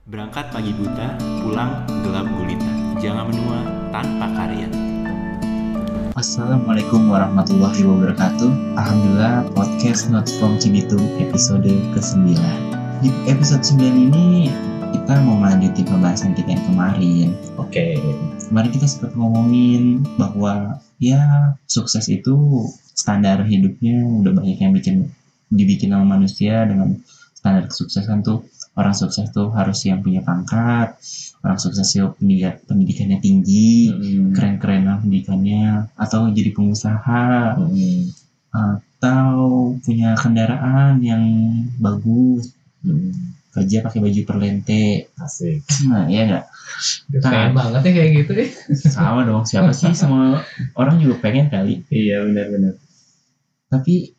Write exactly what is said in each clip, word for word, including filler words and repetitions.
Berangkat pagi buta, pulang gelap gulita. Jangan menua tanpa karya. Assalamualaikum warahmatullahi wabarakatuh. Alhamdulillah, podcast Not From Cibitung episode kesembilan. Di episode sembilan ini kita mau melanjutin pembahasan kita yang kemarin. Oke, kemarin kita sempat ngomongin bahwa ya sukses itu standar hidupnya udah banyak yang bikin dibikin sama manusia dengan standar kesuksesan tuh. Orang sukses tuh harus yang punya pangkat, orang sukses tuh pendidik, pendidikannya tinggi, hmm. keren-keren pendidikannya, atau jadi pengusaha, hmm. atau punya kendaraan yang bagus, hmm. kerja pakai baju perlente, asik. Nah, iya nggak? Pengen banget ya kayak gitu deh. Sama dong, siapa sih, semua orang juga pengen kali. Iya benar-benar. Tapi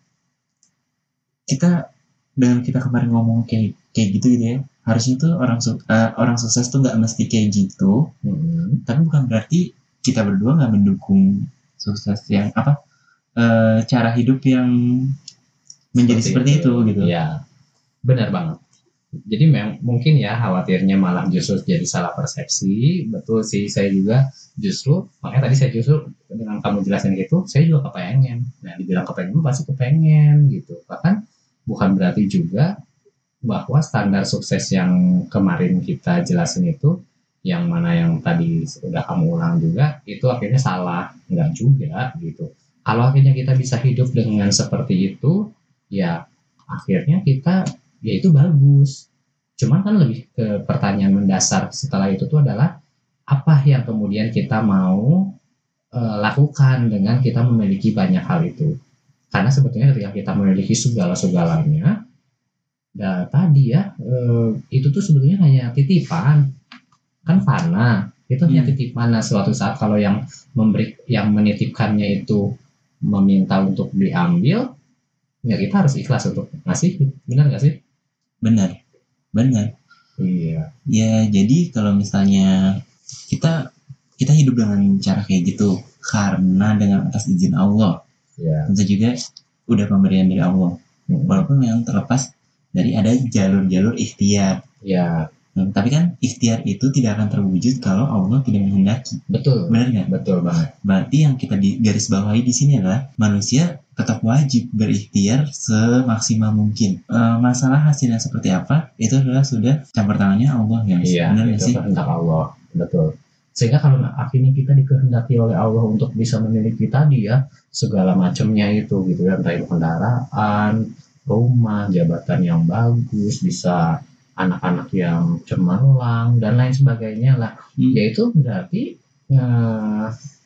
kita dengan kita kemarin ngomong kayak kayak gitu gitu ya, harusnya tuh orang uh, orang sukses tuh nggak mesti kayak gitu, hmm. tapi bukan berarti kita berdua nggak mendukung sukses yang apa uh, cara hidup yang menjadi seperti, seperti itu. itu gitu. Ya benar banget. Jadi memang mungkin ya khawatirnya malah justru jadi salah persepsi. Betul sih, saya juga justru makanya tadi saya justru dengan kamu jelasin gitu, saya juga kepengen. Nah dibilang kepengen pasti kepengen gitu. Bahkan bukan berarti juga bahwa standar sukses yang kemarin kita jelasin itu, yang mana yang tadi sudah kamu ulang juga, itu akhirnya salah. Enggak juga gitu. Kalau akhirnya kita bisa hidup dengan seperti itu, ya akhirnya kita, ya itu bagus. Cuman kan lebih ke pertanyaan mendasar setelah itu tuh adalah, apa yang kemudian kita mau e, lakukan dengan kita memiliki banyak hal itu. Karena sebetulnya ketika kita memiliki segala-segalanya, nah tadi ya e, itu tuh sebetulnya hanya titipan, kan fana, itu hanya hmm. titipan. Nah suatu saat kalau yang memberi, yang menitipkannya itu meminta untuk diambil, ya kita harus ikhlas untuk ngasih. Benar nggak sih? Benar, benar. Iya. Ya jadi kalau misalnya kita kita hidup dengan cara kayak gitu karena dengan atas izin Allah, ya. Tentu juga udah pemberian dari Allah, hmm. walaupun yang terlepas dari ada jalur-jalur ikhtiar. Ya. Hmm, tapi kan ikhtiar itu tidak akan terwujud kalau Allah tidak menghendaki. Betul. Benar nggak? Betul banget. Berarti yang kita di garis bawahi di sini adalah manusia tetap wajib berikhtiar semaksimal mungkin. E, masalah hasilnya seperti apa itu adalah sudah campur tangannya Allah ya. Iya. Benar nggak sih? Kehendak Allah. Betul. Sehingga kalau akhirnya kita dikehendaki oleh Allah untuk bisa memiliki tadi ya segala macamnya itu gitu ya, entah itu kendaraan, rumah, jabatan yang bagus, bisa anak-anak yang cemerlang dan lain sebagainya lah. Hmm. Yaitu berarti eh,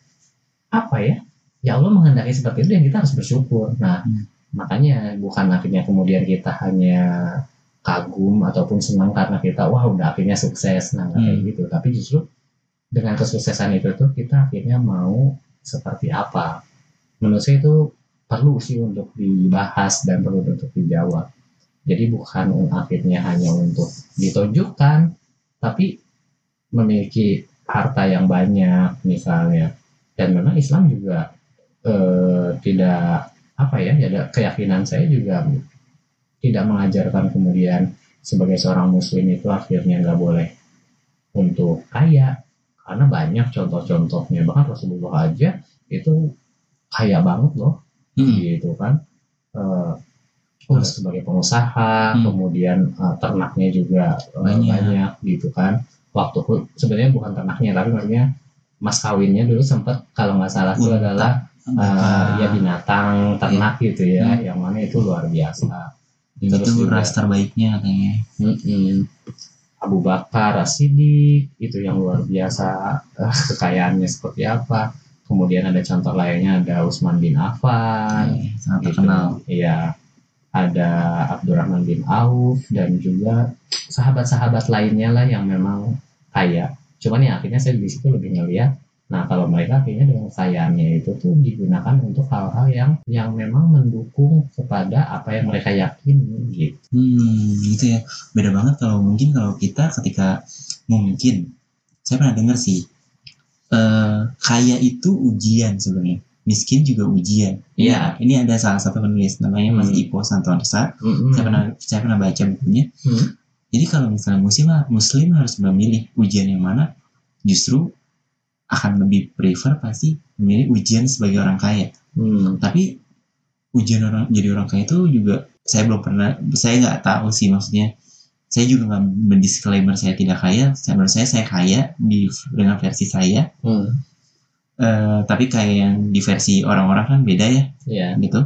apa ya? Ya Allah menghendaki seperti itu, yang kita harus bersyukur. Nah, hmm. makanya bukan akhirnya kemudian kita hanya kagum ataupun senang karena kita wah udah akhirnya sukses, nah hmm. kayak gitu. Tapi justru dengan kesuksesan itu tuh kita akhirnya mau seperti apa? Menurut saya itu perlu sih untuk dibahas dan perlu untuk dijawab. Jadi bukan akhirnya hanya untuk ditunjukkan, tapi memiliki harta yang banyak misalnya. Dan memang Islam juga eh, tidak apa ya, ada keyakinan saya juga tidak mengajarkan kemudian sebagai seorang muslim itu akhirnya nggak boleh untuk kaya. Karena banyak contoh-contohnya, bahkan Rasulullah aja itu kaya banget loh, hmm. gitu kan. Uh, sebagai pengusaha, hmm. kemudian uh, ternaknya juga uh, banyak. banyak, gitu kan. Waktu sebenarnya bukan ternaknya, tapi maksudnya mas kawinnya dulu sempat kalau nggak salah itu adalah uh, ya binatang ternak yeah. gitu ya, hmm. yang mana itu luar biasa. Terus itu ras terbaiknya katanya. Hmm-hmm. Abu Bakar As-Siddiq itu yang luar biasa, uh, kekayaannya seperti apa. Kemudian ada contoh lainnya, ada Utsman bin Affan, yeah, sangat gitu. terkenal. Iya, ada Abdurrahman bin Auf dan juga sahabat-sahabat lainnya lah yang memang kaya. Cuman ya akhirnya saya di situ lebih ngeliat, nah kalau mereka akhirnya dengan kekayaannya itu tuh digunakan untuk hal-hal yang yang memang mendukung kepada apa yang mereka yakini gitu. Hmm, gitu ya. Beda banget kalau mungkin kalau kita ketika mungkin saya pernah dengar sih, uh, kaya itu ujian sebenarnya, miskin juga ujian. Iya, ini ada salah satu penulis namanya Mas hmm. Ipo Santosa. Hmm. Saya pernah saya pernah baca bukunya. Hmm. Jadi kalau misalnya muslim muslim harus memilih ujian yang mana, justru akan lebih prefer pasti memilih ujian sebagai orang kaya. Hmm. Tapi ujian orang jadi orang kaya itu juga saya belum pernah, saya nggak tahu sih, maksudnya saya juga nggak mendisklaimer saya tidak kaya. Saya menurut saya saya kaya di dengan versi saya. Hmm. Uh, tapi kayak yang di versi orang-orang kan beda ya, yeah. gitu.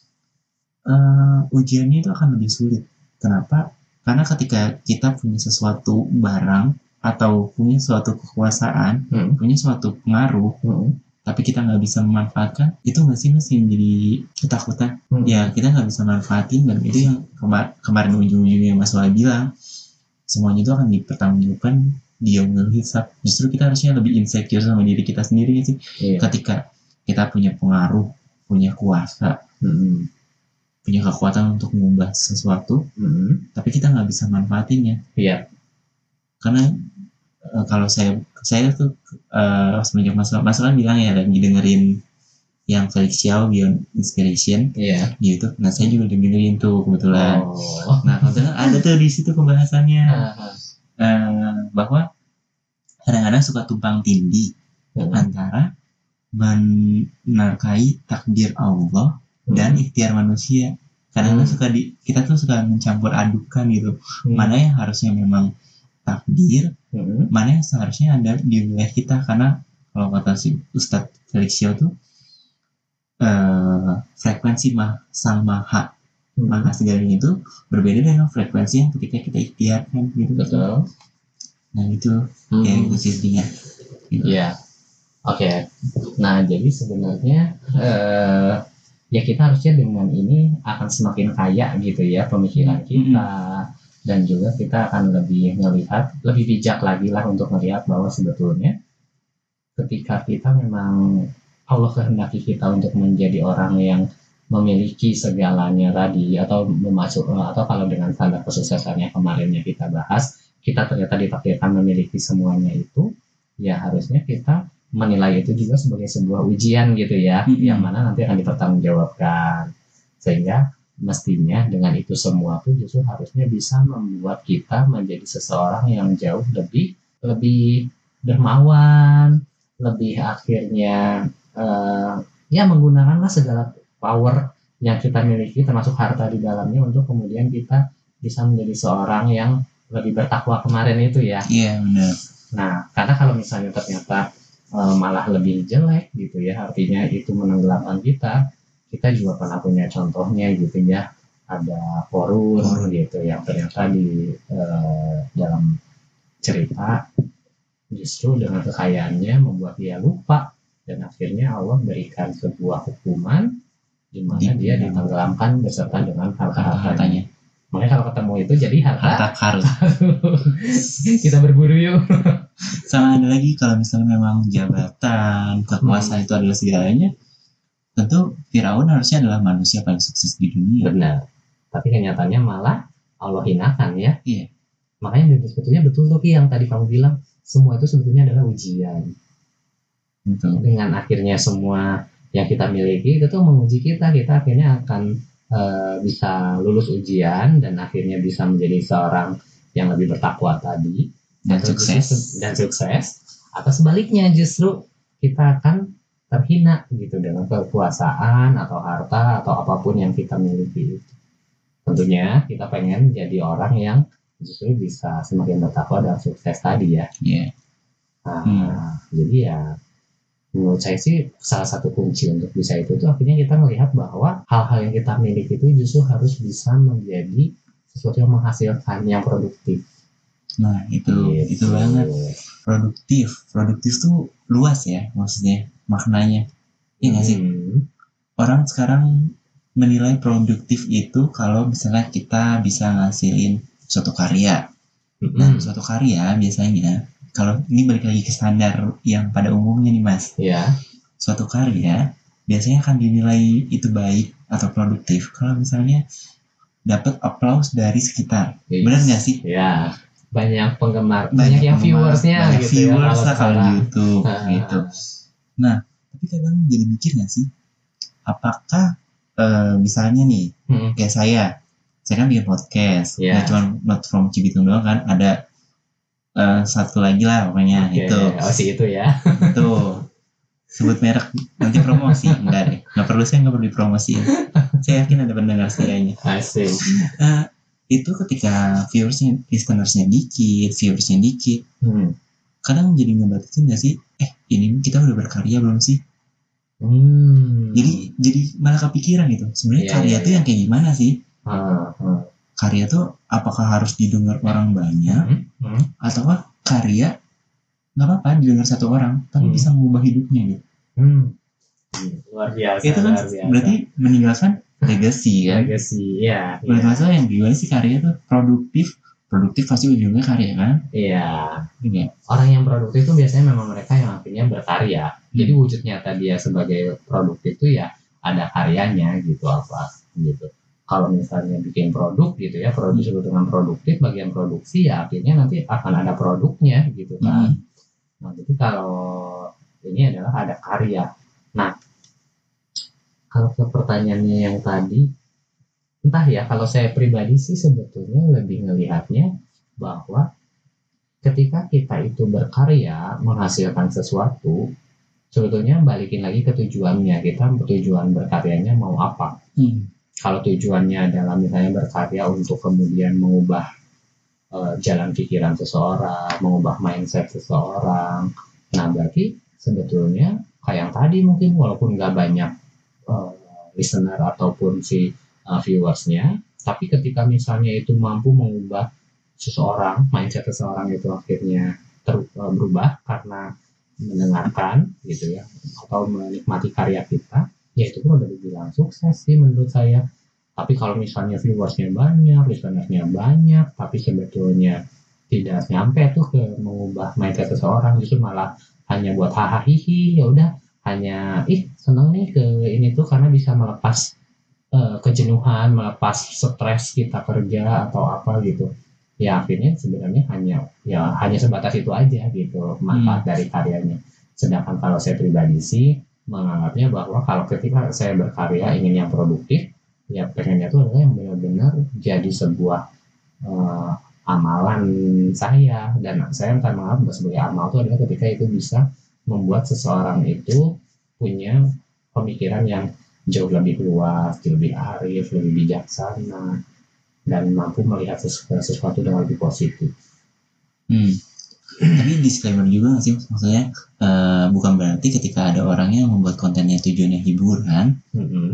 Uh, ujiannya itu akan lebih sulit. Kenapa? Karena ketika kita punya sesuatu barang atau punya suatu kekuasaan, hmm. punya suatu pengaruh, hmm. tapi kita nggak bisa memanfaatkan, itu nggak sih masih menjadi ketakutan? Hmm. Ya kita nggak bisa manfaatin, dan itu yang kemar- kemarin ujung-ujungnya Mas Wah bilang, semuanya itu akan dipertanggungjawabkan di yaumul hisab. Justru kita harusnya lebih insecure sama diri kita sendiri sih, yeah. Ketika kita punya pengaruh, punya kuasa, hmm. punya kekuatan untuk mengubah sesuatu, hmm. tapi kita nggak bisa manfaatinnya. Iya. Karena uh, kalau saya saya tuh uh, semenjak masalah masalah bilang ya lagi dengerin yang Felix Xiao Beyond Inspiration, yeah. di YouTube. Nah saya juga dengerin tuh kebetulan. Oh. Nah kebetulan ada tuh di situ pembahasannya uh, bahwa kadang-kadang suka tumpang tindih hmm. antara menerkai takdir Allah hmm. dan ikhtiar manusia. Kadang-kadang hmm. suka di kita tuh suka mencampur adukan gitu, hmm. mana yang harusnya memang takdir, hmm. mana yang seharusnya ada di wilayah kita. Karena kalau kata si Ustadz Felix Xiao tuh uh, frekuensi mah sang maha hmm. maha segalanya itu berbeda dengan frekuensi yang ketika kita ikhtiarkan gitu. Betul. Nah itu hmm. ya itu sisinya gitu. Ya oke okay. Nah jadi sebenarnya uh, ya kita harusnya dengan ini akan semakin kaya gitu ya pemikiran kita, hmm. dan juga kita akan lebih melihat, lebih bijak lagi lah untuk melihat bahwa sebetulnya ketika kita memang Allah kehendaki kita untuk menjadi orang yang memiliki segalanya tadi, atau memasuk, atau kalau dengan standar kesuksesannya kemarinnya kita bahas, kita ternyata ditakdirkan memiliki semuanya itu, ya harusnya kita menilai itu juga sebagai sebuah ujian gitu ya, hmm. yang mana nanti akan dipertanggungjawabkan. Sehingga mestinya dengan itu semua tuh justru harusnya bisa membuat kita menjadi seseorang yang jauh lebih lebih dermawan, lebih akhirnya uh, ya menggunakanlah segala power yang kita miliki termasuk harta di dalamnya untuk kemudian kita bisa menjadi seorang yang lebih bertakwa kemarin itu ya. Iya benar. Nah karena kalau misalnya ternyata e, malah lebih jelek gitu ya, artinya itu menenggelamkan kita. Kita juga pernah punya contohnya gitu ya, ada Korun oh. gitu yang ternyata di e, dalam cerita justru dengan kekayaannya membuat dia lupa, dan akhirnya Allah berikan sebuah hukuman di mana dia ditenggelamkan beserta dengan harta-hartanya. Makanya kalau ketemu itu jadi harta, harta karun. Kita berburu yuk. Sama ada lagi, kalau misalnya memang jabatan, kekuasaan hmm. itu adalah segalanya, tentu Firaun harusnya adalah manusia paling sukses di dunia. Benar. Tapi kenyataannya malah Allah hinakan ya. Iya. Makanya sebetulnya betul tuh yang tadi kamu bilang, semua itu sebetulnya adalah ujian. Betul. Dengan akhirnya semua yang kita miliki itu tuh menguji kita, kita akhirnya akan Uh, bisa lulus ujian dan akhirnya bisa menjadi seorang yang lebih bertakwa tadi dan sukses justru, dan sukses atau sebaliknya justru kita akan terhina gitu dengan kekuasaan atau harta atau apapun yang kita miliki. Tentunya kita pengen jadi orang yang justru bisa semakin bertakwa dan sukses tadi ya. Yeah. Nah, hmm. jadi ya menurut saya sih salah satu kunci untuk bisa itu tuh akhirnya kita melihat bahwa hal-hal yang kita miliki itu justru harus bisa menjadi sesuatu yang menghasilkan, yang produktif. Nah itu gitu. Itu banget produktif. Produktif tuh luas ya maksudnya maknanya. Iya nggak sih? Hmm. Orang sekarang menilai produktif itu kalau misalnya kita bisa ngasilin suatu karya. Hmm. Nah suatu karya biasanya, kalau ini balik lagi ke standar yang pada umumnya nih mas, ya. Suatu karya biasanya akan dinilai itu baik atau produktif kalau misalnya dapat applause dari sekitar. Yes. Benar nggak sih? Ya, banyak penggemar, banyak, banyak yang penggemar, viewersnya banyak gitu viewers ya, lah kalau di YouTube uh. gitu. Nah, tapi kadang jadi mikir nggak sih, apakah uh, misalnya nih, hmm. kayak saya, saya kan bikin podcast, Iya. nggak cuma not from Cibitung doang kan, ada eh, satu lagi lah pokoknya Oke. itu, Oh si itu ya. itu sebut merek nanti promosi, enggak deh, nggak perlu, saya nggak perlu dipromosiin, saya yakin ada pendengar setianya. Asik. Eh, itu ketika viewersnya, listenersnya dikit, viewersnya dikit, Hmm. kadang jadi ngebatasin nggak sih, eh ini kita udah berkarya belum sih? Hmm. Jadi jadi malah kepikiran gitu, sebenarnya Iya, karya iya, tuh iya. yang kayak gimana sih? Ah, ah. Karya tuh apakah harus didengar orang banyak, Hmm. Hmm. ataukah karya nggak apa-apa didengar satu orang tapi Hmm. bisa mengubah hidupnya gitu? Hmm. Luar biasa. Itu kan luar biasa. berarti meninggalkan legacy kan? legacy. Iya. Menurut Iya. saya yang gimana sih karya tuh produktif, produktif pasti ujungnya karya kan? Iya. Iya. Orang yang produktif itu biasanya memang mereka yang akhirnya berkarya. Jadi wujud nyata dia sebagai produktif itu ya ada karyanya gitu apa gitu. Kalau misalnya bikin produk gitu ya, produk disebut dengan produktif, bagian produksi ya akhirnya nanti akan ada produknya gitu kan. Hmm. Nah, jadi kalau ini adalah ada karya. Nah, kalau ke pertanyaannya yang tadi, entah ya, kalau saya pribadi sih sebetulnya lebih ngelihatnya bahwa ketika kita itu berkarya menghasilkan sesuatu, sebetulnya balikin lagi ke tujuannya, kita tujuan berkaryanya mau apa. Hmm. Kalau tujuannya adalah misalnya berkarya untuk kemudian mengubah eh, jalan pikiran seseorang, mengubah mindset seseorang, nah berarti sebetulnya kayak yang tadi mungkin walaupun nggak banyak eh, listener ataupun si eh, viewersnya, tapi ketika misalnya itu mampu mengubah seseorang, mindset seseorang itu akhirnya ter- eh, berubah karena mendengarkan gitu ya, atau menikmati karya kita, ya itu pun udah dibilang sukses sih menurut saya. Tapi kalau misalnya viewersnya banyak, listenersnya banyak, tapi sebetulnya tidak nyampe tuh ke mengubah mindset seseorang, justru malah hanya buat hahaha hihi, ya udah hanya ih seneng nih ke ini tuh karena bisa melepas eh, kejenuhan, melepas stres kita kerja atau apa gitu. Ya akhirnya sebenarnya hanya ya hanya sebatas itu aja gitu manfaat dari karyanya. Sedangkan kalau saya pribadi sih menganggapnya bahwa kalau ketika saya berkarya ingin yang produktif, ya pengennya itu adalah yang benar-benar jadi sebuah eh, amalan saya, dan saya akan menganggap sebagai amal itu adalah ketika itu bisa membuat seseorang itu punya pemikiran yang jauh lebih luas, lebih arif, lebih bijaksana, dan mampu melihat sesu- sesuatu dengan lebih positif. Hmm. Tapi disclaimer juga nggak sih, maksudnya eh, bukan berarti ketika ada orang yang membuat kontennya tujuannya hiburan, Mm-hmm.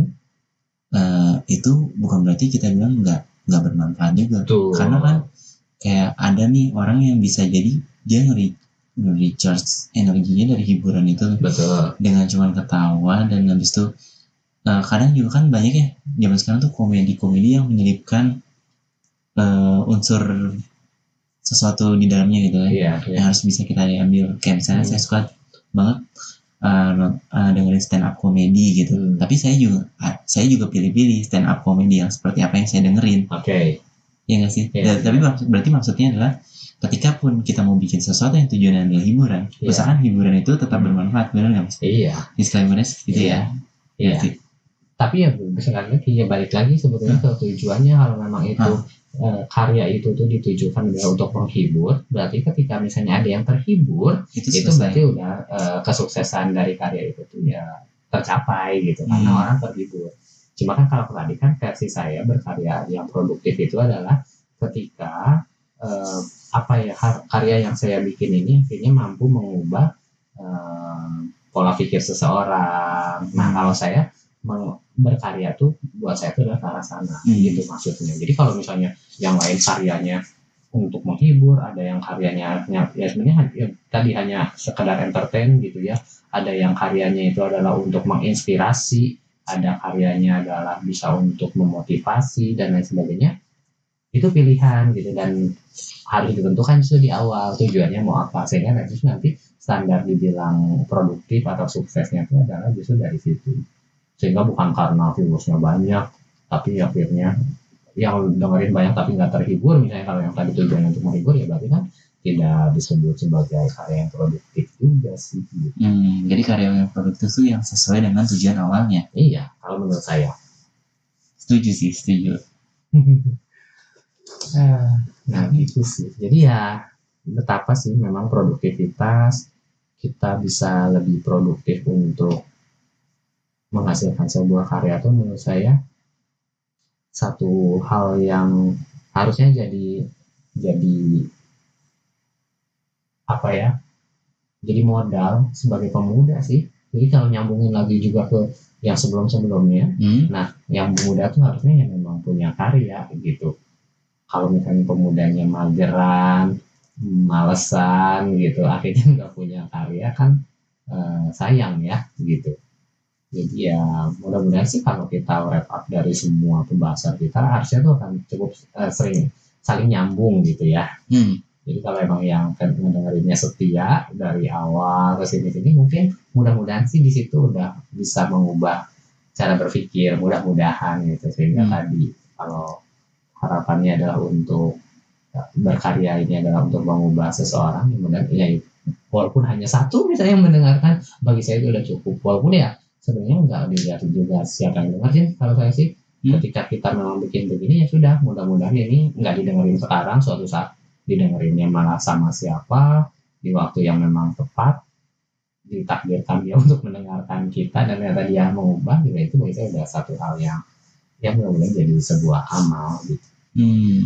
eh, itu bukan berarti kita bilang nggak nggak bermanfaat juga. Betul. Karena kan kayak ada nih orang yang bisa jadi dia ngeri recharge energinya dari hiburan itu Betul. dengan cuma ketawa, dan habis itu eh, kadang juga kan banyak ya zaman sekarang tuh komedi-komedi yang menyelipkan eh, unsur sesuatu di dalamnya gitu ya, Iya, iya. yang harus bisa kita ambil. Kayak misalnya Hmm. saya suka banget uh, not- uh, dengerin stand up komedi gitu. Hmm. Tapi saya juga uh, saya juga pilih-pilih stand up komedi yang seperti apa yang saya dengerin. Oke. Ya nggak sih? Iya. Da- tapi maksud, berarti maksudnya adalah ketika pun kita mau bikin sesuatu yang tujuannya adalah hiburan, Iya. usahakan hiburan itu tetap Hmm. bermanfaat, benar nggak mas? Iya. Disclaimernya gitu ya. Iya. Sih. Tapi ya bisa lagi ya balik lagi sebetulnya ke tujuannya. Kalau memang itu Hmm. eh, karya itu tuh ditujukan adalah untuk menghibur, berarti ketika misalnya ada yang terhibur, Itu, itu selesai. berarti udah eh, kesuksesan dari karya itu tuh ya tercapai gitu, karena Hmm. orang terhibur. Cuma kan kalau tadi kan versi saya berkarya yang produktif itu adalah ketika eh, apa ya har- karya yang saya bikin ini akhirnya mampu mengubah eh, pola pikir seseorang. Nah kalau saya meng- berkarya tuh buat saya itu adalah ke arah sana, Hmm. gitu maksudnya. Jadi kalau misalnya yang lain karyanya untuk menghibur, ada yang karyanya ya, ya sebenarnya ya, tadi hanya sekedar entertain gitu ya, ada yang karyanya itu adalah untuk menginspirasi, ada karyanya adalah bisa untuk memotivasi dan lain sebagainya, itu pilihan gitu, dan harus ditentukan justru di awal tujuannya mau apa, sehingga nanti nanti standar dibilang produktif atau suksesnya itu adalah justru dari situ, sehingga bukan karena viewersnya banyak tapi akhirnya yang dengerin banyak tapi nggak terhibur. Misalnya kalau yang tadi tujuannya untuk menghibur, ya berarti kan tidak disebut sebagai karya yang produktif juga sih gitu. Hmm, jadi karya yang produktif itu yang sesuai dengan tujuan awalnya. Iya kalau menurut saya. Setuju sih, setuju. Ah, nah gitu sih. Jadi ya betapa sih memang produktivitas kita bisa lebih produktif untuk menghasilkan sebuah karya itu menurut saya satu hal yang harusnya jadi jadi apa ya? Jadi modal sebagai pemuda sih. Jadi kalau nyambungin lagi juga ke yang sebelum-sebelumnya, Hmm? nah yang muda tuh harusnya yang memang punya karya gitu. Kalau misalnya pemudanya mageran, malesan gitu, akhirnya nggak punya karya kan eh, sayang ya gitu. Jadi ya mudah-mudahan sih kalau kita wrap up dari semua pembahasan kita harusnya tuh akan cukup eh, sering saling nyambung gitu ya. Hmm. Jadi kalau emang yang kan ngedengerinnya setia dari awal ke sini-sini mungkin mudah-mudahan sih di situ udah bisa mengubah cara berpikir mudah-mudahan gitu sehingga Hmm. tadi kalau harapannya adalah untuk berkarya ini adalah untuk mengubah seseorang kemudian ya walaupun hanya satu misalnya yang mendengarkan bagi saya itu udah cukup walaupun ya sebenarnya nggak dilihat juga siapa yang dengar sih kalau saya sih Hmm. ketika kita memang bikin begini ya sudah mudah-mudahan ini nggak didengerin sekarang suatu saat didengerinnya malah sama siapa di waktu yang memang tepat ditakdirkan dia untuk mendengarkan kita dan ternyata dia mengubah juga itu bagi saya udah satu hal yang yang mudah-mudahan jadi sebuah amal gitu. Hmm.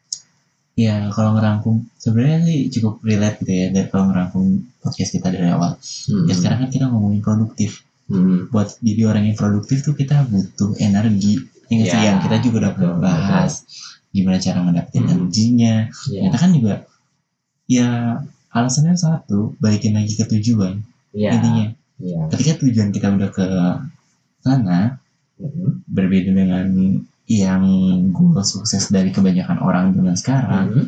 Ya kalau ngerangkum sebenarnya sih cukup relate gitu ya dari kalau ngerangkum podcast kita dari awal. Hmm. Ya sekarang kan kita ngomongin produktif. Hmm. Buat jadi orang yang produktif tuh kita butuh energi. Yang Ya, yang kita juga udah betul, bahas gimana cara ngedapetin Hmm. energinya. Ya, Kita kan juga ya alasannya satu, balikin lagi ke tujuan. ya, Intinya ya. ketika tujuan kita udah ke sana, Hmm. berbeda dengan yang goal sukses dari kebanyakan orang zaman sekarang, Hmm.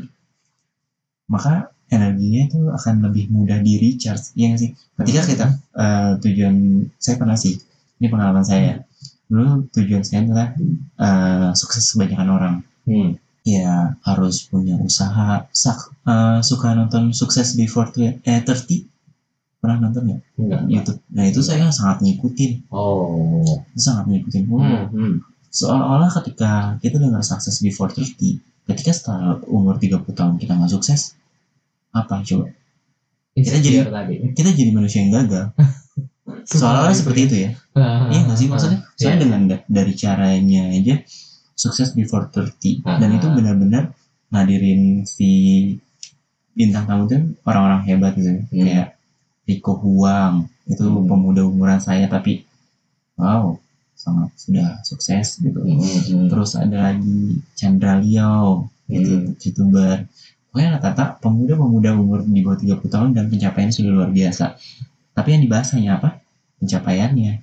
maka energinya itu akan lebih mudah di recharge. Ya nggak sih? Ketika kita eh, tujuan saya pernah sih, ini pengalaman saya. Dulu tujuan saya adalah eh, sukses kebanyakan orang. Hmm. Ya harus punya usaha. Sak, eh, suka nonton Sukses Before Tw- eh, thirty, pernah nonton nggak? Enggak. YouTube. Nah itu saya sangat ngikutin, Oh. itu sangat ngikutin. Oh, Hmm. Hmm. seolah-olah ketika kita dengar Success Before thirty, ketika setelah umur tiga puluh tahun kita nggak sukses, apa coba? Kita jadi- Insecure tadi. Kita jadi manusia yang gagal. Seolah-olah seperti itu ya. Iya nggak sih maksudnya? Soalnya Iya. dengan da- dari caranya aja Sukses Before thirty, Ah. dan itu benar-benar ngadirin si bintang tamu itu orang-orang hebat gitu. Hmm. Kayak Rico Huang itu Hmm. pemuda umuran saya tapi wow sangat sudah sukses gitu. Hmm. Hmm. Terus ada lagi Chandra Liao itu Hmm. youtuber. Pokoknya rata-rata pemuda-pemuda umur di bawah tiga puluh tahun dan pencapaiannya sudah luar biasa. Tapi yang dibahas hanya apa? Pencapaiannya.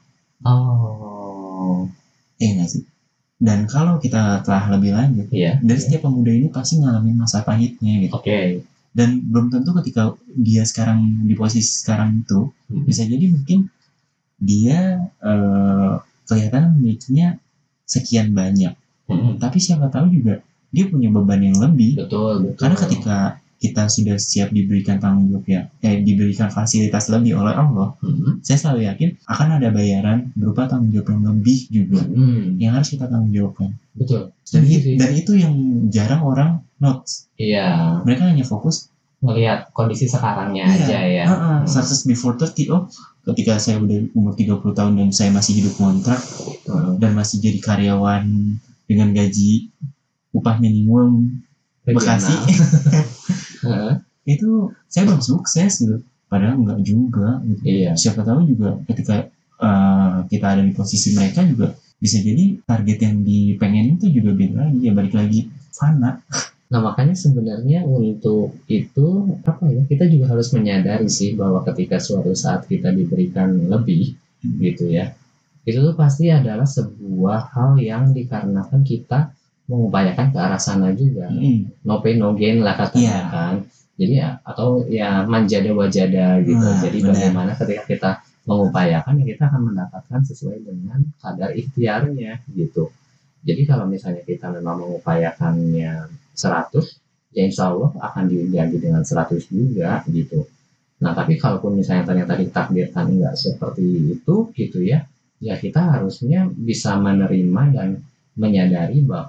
Oh. Eh nggak sih? Dan kalau kita telah lebih lanjut, Iya. dari setiap pemuda ini pasti ngalamin masa pahitnya gitu. Oke. Dan belum tentu ketika dia sekarang di posisi sekarang itu, Hmm. bisa jadi mungkin dia eh, kelihatan memilikinya sekian banyak. Hmm. Tapi siapa tahu juga dia punya beban yang lebih. Betul, betul. Karena ketika kita sudah siap diberikan tanggung jawab ya, eh, diberikan fasilitas lebih oleh Allah, Hmm. saya selalu yakin akan ada bayaran berupa tanggung jawab yang lebih juga Hmm. yang harus kita tanggung jawabkan. Betul. Dan, Iya i- sih. dan itu yang jarang orang notes. Iya. Mereka hanya fokus Ngelihat kondisi sekarangnya Iya. aja ya. "Ah, ah, Hmm. Success Before thirty, oh ketika saya udah umur tiga puluh tahun dan saya masih hidup kontrak Hmm. dan masih jadi karyawan dengan gaji upah minimum Bekasi, Heeh. itu saya belum sukses gitu. Padahal enggak juga gitu. Iya. Siapa tahu juga ketika uh, kita ada di posisi mereka juga bisa jadi target yang dipengen itu juga beda lagi, ya balik lagi fana. Nah makanya sebenarnya untuk itu apa ya kita juga harus menyadari sih bahwa ketika suatu saat kita diberikan lebih gitu ya itu tuh pasti adalah sebuah hal yang dikarenakan kita mengupayakan ke arah sana juga. Hmm. No pain no gain lah katanya Iya. kan. Jadi ya atau ya manjada wajada gitu. Nah, Jadi benar. bagaimana ketika kita mengupayakan ya kita akan mendapatkan sesuai dengan kadar ikhtiarnya gitu. Jadi kalau misalnya kita memang mengupayakannya seratus, ya insya Allah akan diganti dengan seratus juga gitu. Nah tapi kalaupun misalnya ternyata ditakdirkan enggak seperti itu gitu ya, ya kita harusnya bisa menerima dan menyadari bahwa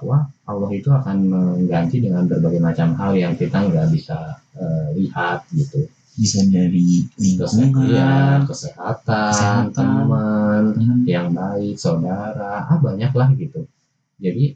Allah itu akan mengganti dengan berbagai macam hal yang kita nggak bisa uh, lihat gitu. Bisa dari lingkungan, ya, kesehatan, kesehatan, teman hmm. yang baik, saudara, ah banyak lah gitu. Jadi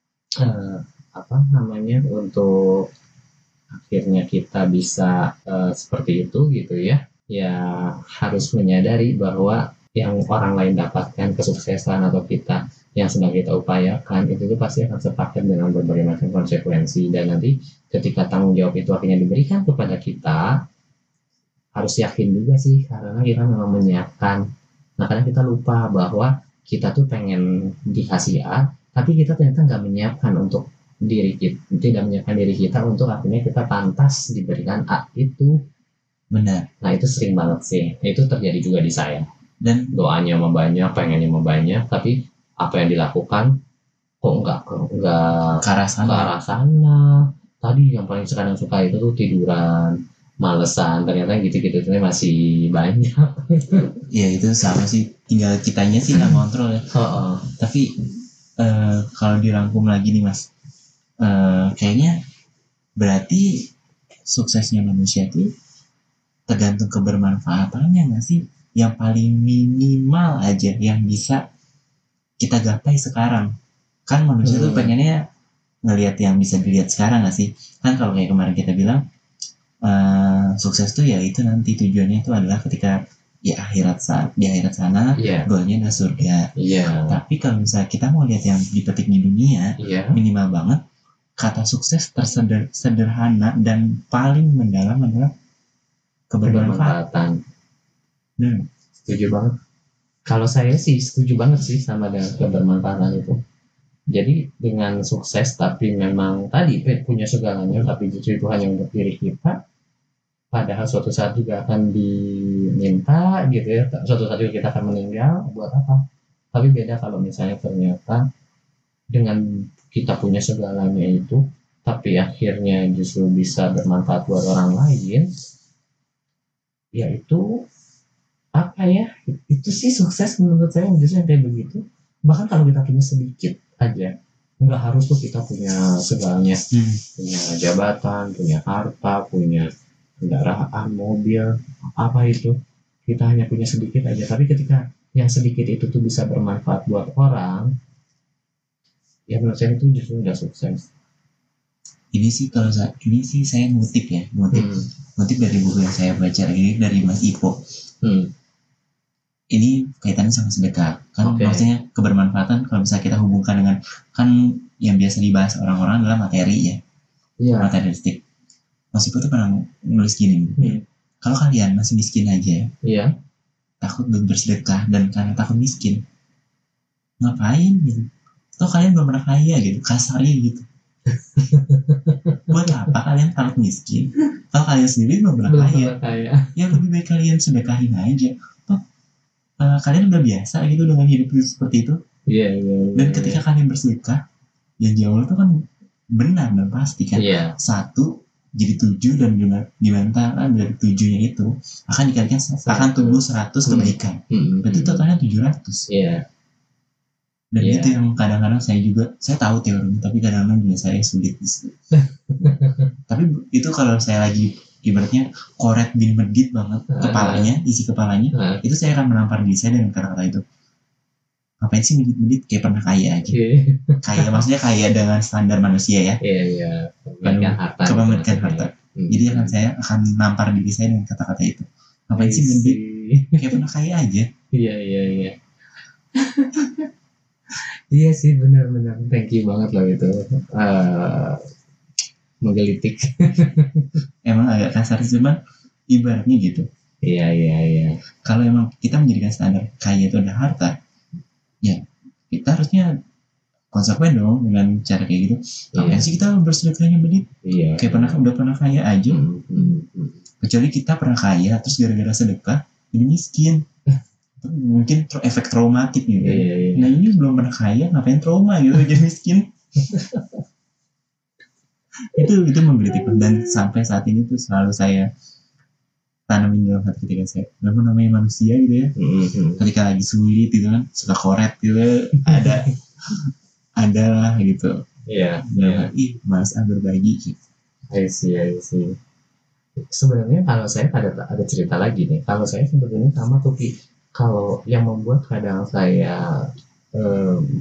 uh, apa namanya untuk akhirnya kita bisa uh, seperti itu gitu ya, ya harus menyadari bahwa yang orang lain dapatkan kesuksesan atau kita yang sedang kita upayakan itu tuh pasti akan sepaket dengan berbagai macam konsekuensi, dan nanti ketika tanggung jawab itu akhirnya diberikan kepada kita harus yakin juga sih, karena kita memang menyiapkan. Nah kadang kita lupa bahwa kita tuh pengen dikasih A, tapi kita ternyata nggak menyiapkan untuk diri kita, tidak menyiapkan diri kita untuk akhirnya kita pantas diberikan A itu. Benar. Nah itu sering banget sih, itu terjadi juga di saya. Dan doanya mau banyak, pengennya mau banyak, tapi apa yang dilakukan kok enggak enggak ke arah sana. Ke arah sana. Tadi yang paling sekarang suka itu tuh tiduran, malesan, ternyata gitu-gitu itu masih banyak. Ya itu sama sih, tinggal kitanya sih nggak kontrol ya. Oh, oh. Tapi uh, kalau dirangkum lagi nih mas, uh, kayaknya berarti suksesnya manusia itu tergantung kebermanfaatannya nggak sih? Yang paling minimal aja yang bisa kita gapai sekarang. Kan manusia hmm. tuh pengennya ngelihat yang bisa dilihat sekarang gak sih? Kan kalau kayak kemarin kita bilang uh, sukses tuh ya itu nanti tujuannya itu adalah ketika ya akhirat saat di akhirat sana yeah. goalnya adalah surga. Yeah. Tapi kalau misalnya kita mau lihat yang dipetik di dunia, yeah. minimal banget kata sukses tersederhana dan paling mendalam adalah kebermanfaatan. Hmm, setuju banget. Kalau saya sih setuju banget sih sama dengan kebermanfaatan itu. Jadi dengan sukses tapi memang tadi punya segalanya, tapi justru itu hanya untuk diri kita. Padahal suatu saat juga akan diminta gitu ya. Suatu saat juga kita akan meninggal, buat apa? Tapi beda kalau misalnya ternyata dengan kita punya segalanya itu, tapi akhirnya justru bisa bermanfaat buat orang lain. Ya itu apa ya, itu sih sukses menurut saya justru yang kayak begitu. Bahkan kalau kita punya sedikit aja, nggak harus tuh kita punya segalanya, hmm. punya jabatan, punya harta, punya kendaraan, mobil, apa itu, kita hanya punya sedikit aja. Tapi ketika yang sedikit itu tuh bisa bermanfaat buat orang, ya menurut saya itu justru udah sukses. Ini sih kalau saya, ini sih saya ngutip ya, ngutip, hmm. ngutip dari buku yang saya baca ini dari Mas Ipo. Hmm. Ini kaitannya sama sedekah kan, okay. Maksudnya kebermanfaatan kalau misalnya kita hubungkan dengan kan yang biasa dibahas orang-orang adalah materi ya, yeah. materialistik. Mas Ipo tuh pernah nulis gini, hmm. kalau kalian masih miskin aja, yeah. takut bersedekah dan karena takut miskin, ngapain gitu? Toh kalian belum pernah kaya gitu, kasarnya gitu. Buat apa kalian takut miskin? Kalau kalian sendiri belum pernah kaya, kaya. Ya lebih baik kalian sedekahin aja. Uh, kalian udah biasa gitu dengan hidup seperti itu. Iya, yeah, iya, yeah, yeah, dan ketika yeah. kalian bersedekah, janji Allah itu kan benar dan pasti kan. Yeah. Satu jadi tujuh dan di antara dari tujuhnya itu akan dikalikan akan tumbuh seratus hmm. kebaikan. Hmm. Berarti totalnya tujuh ratus. Iya. Yeah. Dan yeah. itu yang kadang-kadang saya juga saya tahu teorinya, tapi kadang-kadang juga saya sulit. Tapi itu kalau saya lagi ibaratnya koret bin medit banget uh, kepalanya, isi kepalanya, uh, itu saya akan menampar diri saya dengan kata-kata itu. Ngapain sih medit-medit, kayak pernah kaya aja. Yeah. Kaya maksudnya kaya dengan standar manusia ya. Iya, yeah, iya. Yeah. Harta. Kepemilikan harta. Hmm. Jadi akan saya akan menampar diri saya dengan kata-kata itu. Ngapain sih medit, kayak pernah kaya aja. Iya, iya, iya. Iya sih, benar-benar. Thank you banget loh itu. Uh, menggelitik. Emang agak kasar cuman ibaratnya gitu. Iya iya iya. Kalau emang kita menjadikan standar kaya itu adalah harta, ya kita harusnya konsekuen dong dengan cara kayak gitu. Ngapain iya. sih kita bersedekahnya begitu? Iya. Kayak pernah udah pernah kaya aja. Hmm, hmm, hmm. Kecuali kita pernah kaya terus gara-gara sedekah jadi miskin. Mungkin efek traumatik gitu. Iya, iya. Nah ini belum pernah kaya ngapain trauma gitu jadi miskin. itu itu menggelitik, dan sampai saat ini tuh selalu saya tanamin dalam hati ketika saya memang namanya manusia gitu ya, mm-hmm. ketika lagi sulit gitu kan suka koret gitu ada ada lah gitu, Iya, Nah, ih malas ah berbagi gitu. I see, I see. Sebenarnya kalau saya ada ada cerita lagi nih. Kalau saya sebetulnya sama tuh Ki. Kalau yang membuat kadang saya em,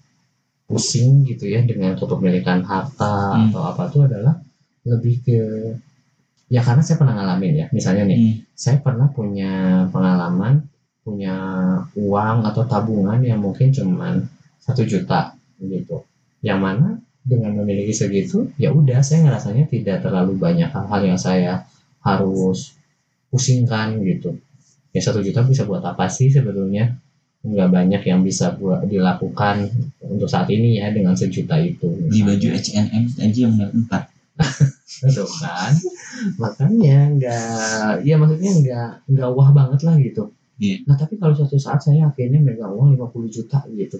pusing gitu ya dengan kepemilikan harta Hmm. atau apa tuh adalah lebih ke ya karena saya pernah ngalamin ya. Misalnya nih, Hmm. saya pernah punya pengalaman punya uang atau tabungan yang mungkin cuman satu juta gitu. Yang mana dengan memiliki segitu, ya udah saya ngerasanya tidak terlalu banyak hal-hal yang saya harus pusingkan gitu. Ya satu juta bisa buat apa sih sebetulnya? Nggak banyak yang bisa buat dilakukan untuk saat ini ya dengan sejuta itu. Beli baju H and M aja yang empat. Betul kan? Makanya nggak, ya maksudnya nggak nggak wah banget lah gitu. Iya. Nah tapi kalau suatu saat saya akhirnya megang uang lima puluh juta gitu,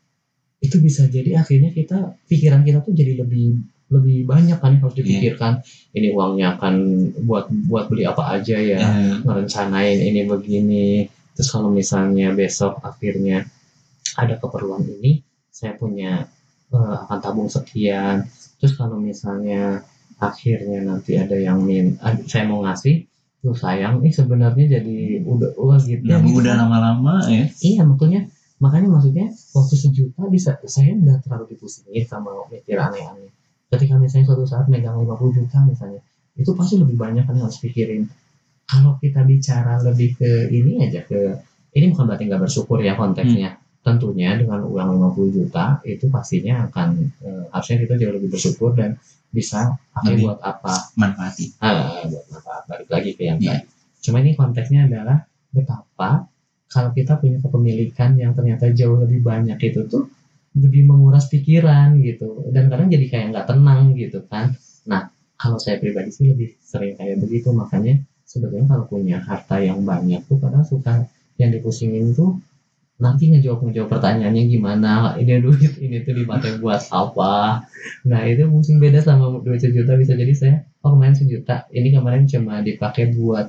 itu bisa jadi akhirnya kita pikiran kita tuh jadi lebih lebih banyak kan yang harus dipikirkan. Ini uangnya akan buat buat beli apa aja ya, Ya. ngerencanain ini begini. Terus kalau misalnya besok akhirnya ada keperluan ini, saya punya eh, akan tabung sekian. Terus kalau misalnya akhirnya nanti ada yang min, ah, saya mau ngasih, tuh sayang, eh sebenarnya jadi udah wah gitu. Nah, gitu udah kan. lama-lama ya. Iya makanya makanya maksudnya waktu sejuta bisa saya nggak terlalu dipusingin sama mikir aneh-aneh. Ketika misalnya suatu saat megang lima puluh juta misalnya, itu pasti lebih banyak kan yang harus pikirin. Kalau kita bicara lebih ke ini aja ke ini bukan berarti nggak bersyukur ya konteksnya. Tentunya dengan uang lima puluh juta itu pastinya akan eh, harusnya kita jauh lebih bersyukur dan bisa pakai Lebih buat apa? manfaatin. Ah, buat apa? Balik lagi ke yang Iya. tadi. Cuma ini konteksnya adalah betapa kalau kita punya kepemilikan yang ternyata jauh lebih banyak itu tuh lebih menguras pikiran gitu dan kadang jadi kayak nggak tenang gitu kan. Nah kalau saya pribadi sih lebih sering kayak begitu, makanya sebetulnya kalau punya harta yang banyak tuh kadang suka yang dipusingin tuh nanti ngejawab ngejawab pertanyaannya gimana, ini duit ini tuh dipakai buat apa. Nah itu mungkin beda sama duit sejuta, bisa jadi saya oh kemarin sejuta ini kemarin cuma dipakai buat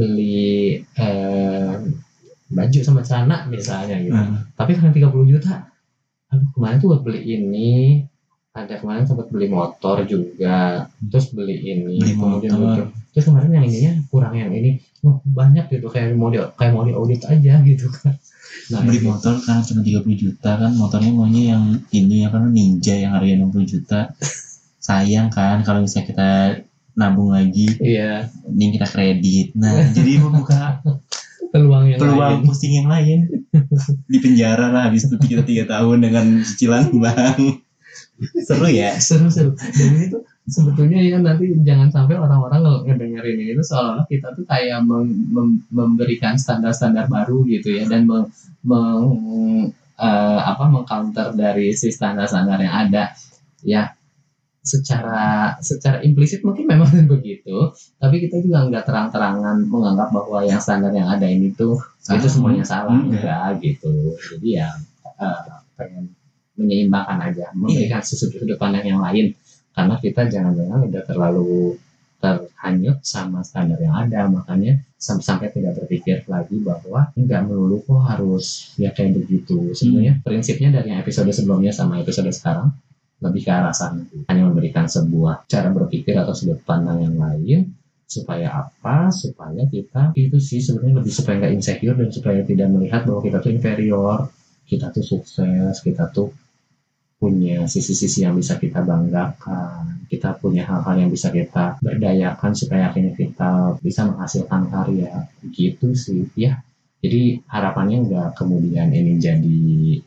beli eh, baju sama celana misalnya gitu. Nah, Tapi kan tiga puluh juta, aduh kemarin tuh buat beli ini, ada kemarin sempat beli motor juga, terus beli ini, Beli kemudian motor. gitu. Terus kemarin yang ininya kurang yang ini, oh, banyak gitu kayak mau di, kayak mau diaudit aja gitu kan. Nah, beli ini- motor karena cuma tiga puluh juta kan, motornya maunya yang ini apa namanya Ninja yang harganya enam puluh juta. Sayang kan kalau misalnya kita nabung lagi, Iya, mending kita kredit. Nah, jadi membuka peluang yang peluang lain. pusing yang lain. Di penjara lah habis itu kita tiga tahun dengan cicilan bank. Seru ya. Seru-seru. Dan ini tuh sebetulnya ya nanti jangan sampai orang-orang nge- ngedengerin ini tuh seolah-olah kita tuh kayak mem- mem- memberikan standar-standar baru gitu ya dan meng, meng- eh, apa mengcounter dari si standar-standar yang ada ya. Secara secara implisit mungkin memang begitu, tapi kita juga nggak terang-terangan menganggap bahwa yang standar yang ada ini tuh Salah. itu semuanya salah, Enggak. enggak gitu. Jadi ya eh, pengen menyeimbangkan aja, memberikan sudut sudut pandang yang lain, karena kita jangan-jangan udah terlalu terhanyut sama standar yang ada, makanya sam- sampai tidak berpikir lagi bahwa nggak melulu kok harus ya kayak begitu. Sebenarnya prinsipnya dari yang episode sebelumnya sama episode sekarang lebih ke arah sana, hanya memberikan sebuah cara berpikir atau sudut pandang yang lain supaya apa? Supaya kita itu sih sebenarnya lebih supaya nggak insecure dan supaya tidak melihat bahwa kita tuh inferior, kita tuh sukses, kita tuh punya sisi-sisi yang bisa kita banggakan, kita punya hal-hal yang bisa kita berdayakan supaya akhirnya kita bisa menghasilkan karya gitu sih ya. Jadi harapannya nggak kemudian ini jadi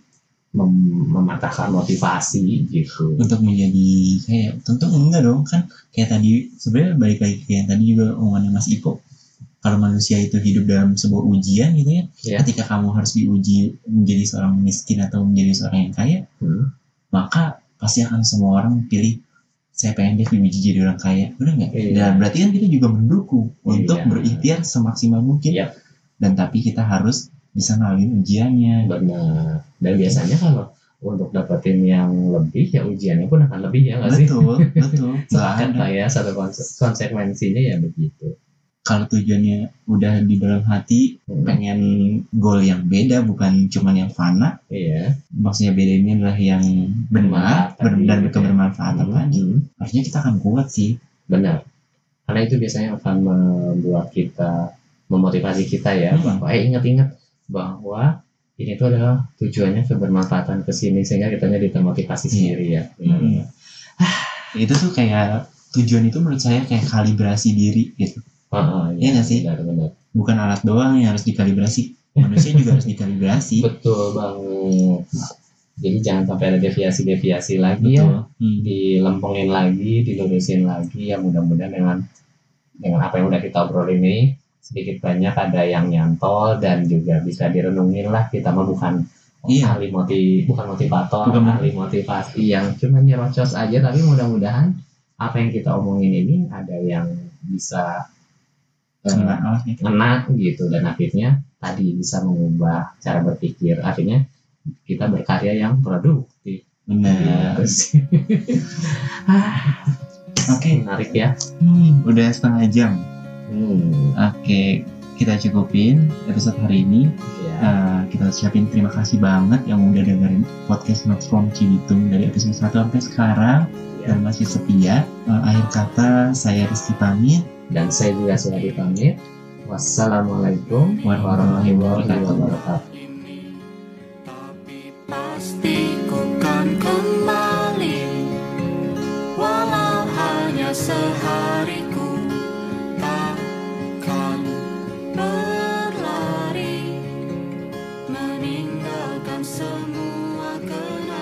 mem- mematahkan motivasi gitu. Untuk menjadi kayak tentu enggak dong kan, kayak tadi sebenarnya balik lagi ke yang tadi juga omongannya Mas Iko, kalau manusia itu hidup dalam sebuah ujian gitu ya, Ya. ketika kamu harus diuji menjadi seorang miskin atau menjadi seorang yang kaya, Hmm. maka pasti akan semua orang pilih saya pengen dia diuji jadi orang kaya, benar nggak? Iya. Dan berarti kan kita juga mendukung untuk Iya. berikhtiar semaksimal mungkin. Iya. Dan tapi kita harus bisa ngalamin ujiannya. Benar. Dan biasanya kalau untuk dapetin yang lebih ya ujiannya pun akan lebih ya nggak sih? Betul, betul. Nggak Sepakat ada. lah ya, satu konse- konsekuensinya ya begitu. kalau tujuannya udah di dalam hati, Hmm. pengen goal yang beda, bukan cuman yang fana. Iya. Maksudnya beda ini adalah yang benar, Bermanfaat ber- tadi, dan gitu ya. berkebermanfaatan Hmm. tadi. Hmm. Harusnya kita akan kuat sih. Benar. Karena itu biasanya akan membuat kita, memotivasi kita ya, Hmm. bahwa eh ingat-ingat bahwa ini tuh adalah tujuannya kebermanfaatan ke sini, sehingga kitanya dimotivasi sendiri ya. Hmm. Itu tuh kayak tujuan itu menurut saya kayak kalibrasi diri gitu. Ah, Iya nggak sih? Benar-benar. Bukan alat doang yang harus dikalibrasi, manusia juga harus dikalibrasi. Betul banget. Jadi jangan sampai ada deviasi-deviasi lagi ya, Betul. Hmm. dilempengin lagi, dilurusin lagi ya, mudah-mudahan dengan dengan apa yang udah kita obrolin ini sedikit banyak ada yang nyantol dan juga bisa direnungin lah. Kita mah bukan Iya. ahli motiv bukan motivator, Bukan. ahli motivasi yang cuma nyerocos aja, tapi mudah-mudahan apa yang kita omongin ini ada yang bisa eh, Kena lah gitu. ngena gitu, dan akhirnya tadi bisa mengubah cara berpikir, akhirnya kita berkarya yang produktif. Benar. Gitu sih. Ah, Oke. menarik ya. Hmm, udah setengah jam. Hmm, Oke, kita cukupin episode hari ini. ya. Uh, kita ucapin terima kasih banget yang udah dengerin podcast Notes from Cibitung dari episode satu sampai sekarang Ya. dan masih setia. Uh, akhir kata, saya Rizky pamit. Dan saya juga sudah pamit. Wassalamualaikum Warahmatullahi wabarakatuh. wabarakatuh. Tapi pasti ku kan kembali, walau hanya sehari ku takkan berlari, meninggalkan semua kenangan.